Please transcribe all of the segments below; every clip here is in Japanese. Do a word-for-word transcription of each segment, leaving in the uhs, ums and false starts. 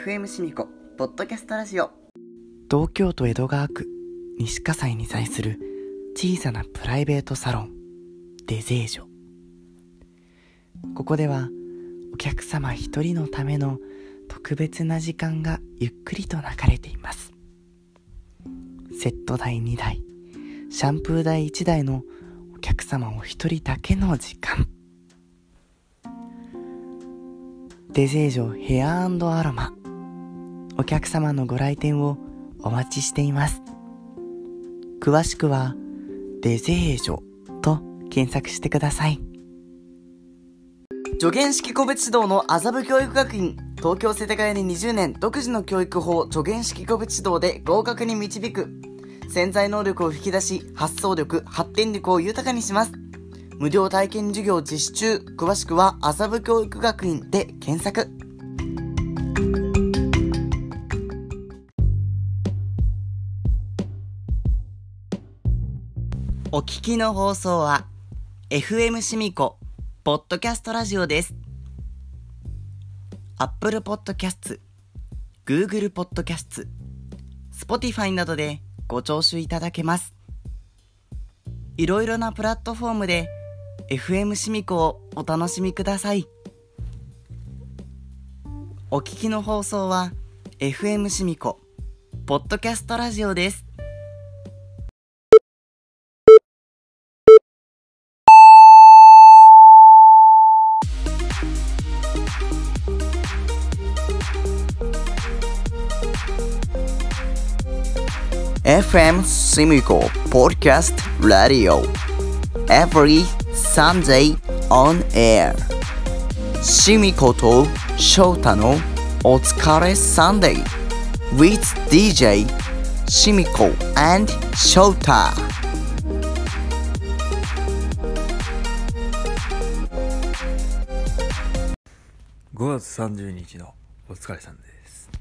エフエム シミコポッドキャストラジオ。 東京都江戸川区西葛西に在する小さなプライベートサロンデゼージョ。ここではお客様一人のための特別な時間がゆっくりと流れています。セット代にだい、シャンプー代いちだいのお客様お一人だけの時間。デゼージョヘア&アロマ、お客様のご来店をお待ちしています。詳しくはデゼージョと検索してください。 助言式個別指導の麻布教育学院、東京世田谷ににじゅうねん独自の教育法助言式個別指導で合格に導く。潜在能力を引き出し、発想力、発展力を豊かにします。無料体験授業実施中。詳しくは麻布教育学院で検索。お聞きの放送は エフエム シミコポッドキャストラジオです。 Apple Podcasts、Google Podcasts、Spotify などでご聴取いただけます。いろいろなプラットフォームで エフエム シミコをお楽しみください。お聞きの放送は エフエム シミコポッドキャストラジオです。エフエム Simiko Podcast Radio Every Sunday on air。 シミコとショウタのお疲れサンデー with ディージェー シミコ and ショウタ。 ごがつさんじゅうにちのお疲れさんです。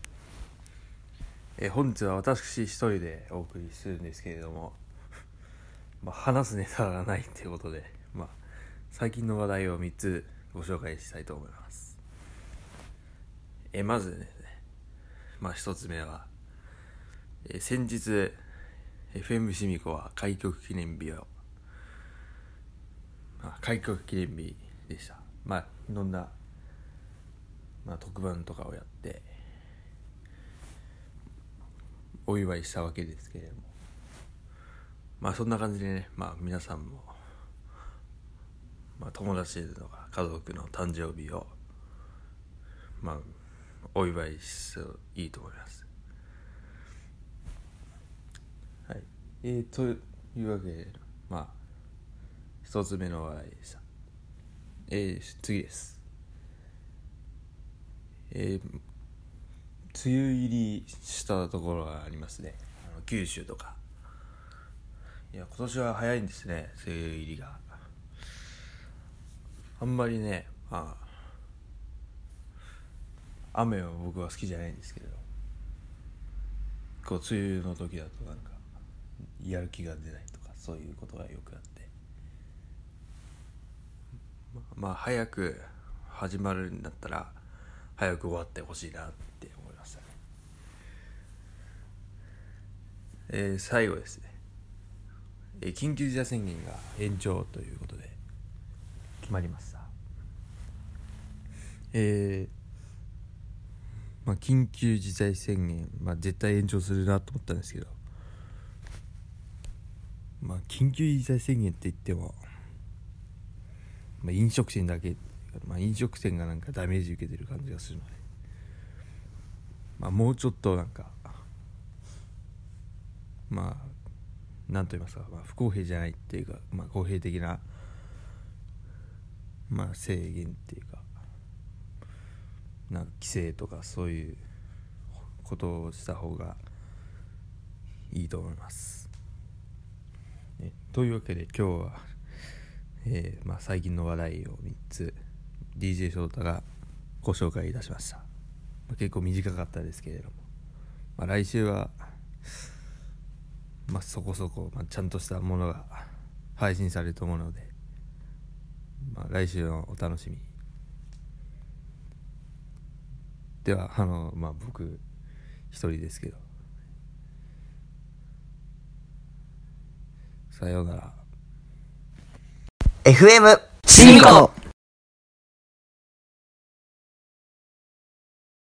え本日は私一人でお送りするんですけれども、まあ、話すネタがないということで、まあ、最近の話題をみっつご紹介したいと思います。えまずね、まあ、ひとつめは、え先日 エフエム シミコは開局記念日を、まあ、開局記念日でした。まあいろんな、まあ、特番とかをやってお祝いしたわけですけれども、まあそんな感じでね、まあ皆さんも、まあ、友達とか家族の誕生日をまあお祝いしていいと思います。はい、えー、というわけで、まあ一つ目の話題でした。えー、次です。えー梅雨入りしたところがありますね。あの九州とか。いや、今年は早いんですね、梅雨入りが。あんまりね、まあ雨は僕は好きじゃないんですけれど、こう梅雨の時だとなんかやる気が出ないとか、そういうことがよくあって、まあ早く始まるんだったら早く終わってほしいなって思いましたね。えー、最後ですね、えー、緊急事態宣言が延長ということで決まりました。えー、まあ緊急事態宣言、まあ絶対延長するなと思ったんですけど、まあ緊急事態宣言って言っても、まあ、飲食店だけ、まあ、飲食店がなんかダメージ受けてる感じがするので、まあ、もうちょっとなんかまあなんと言いますか、まあ、不公平じゃないっていうか、まあ、公平的な、まあ、制限っていうか、なんか規制とかそういうことをした方がいいと思います、ね、というわけで今日は、えーまあ、最近の話題をみっつ ディージェー 翔太がご紹介いたしました。まあ、結構短かったですけれども、まあ、来週はまあ、そこそこ、まあ、ちゃんとしたものが配信されると思うので、まあ、来週のお楽しみに。 ではあのまあ僕一人ですけど、さようなら。 エフエム シミコ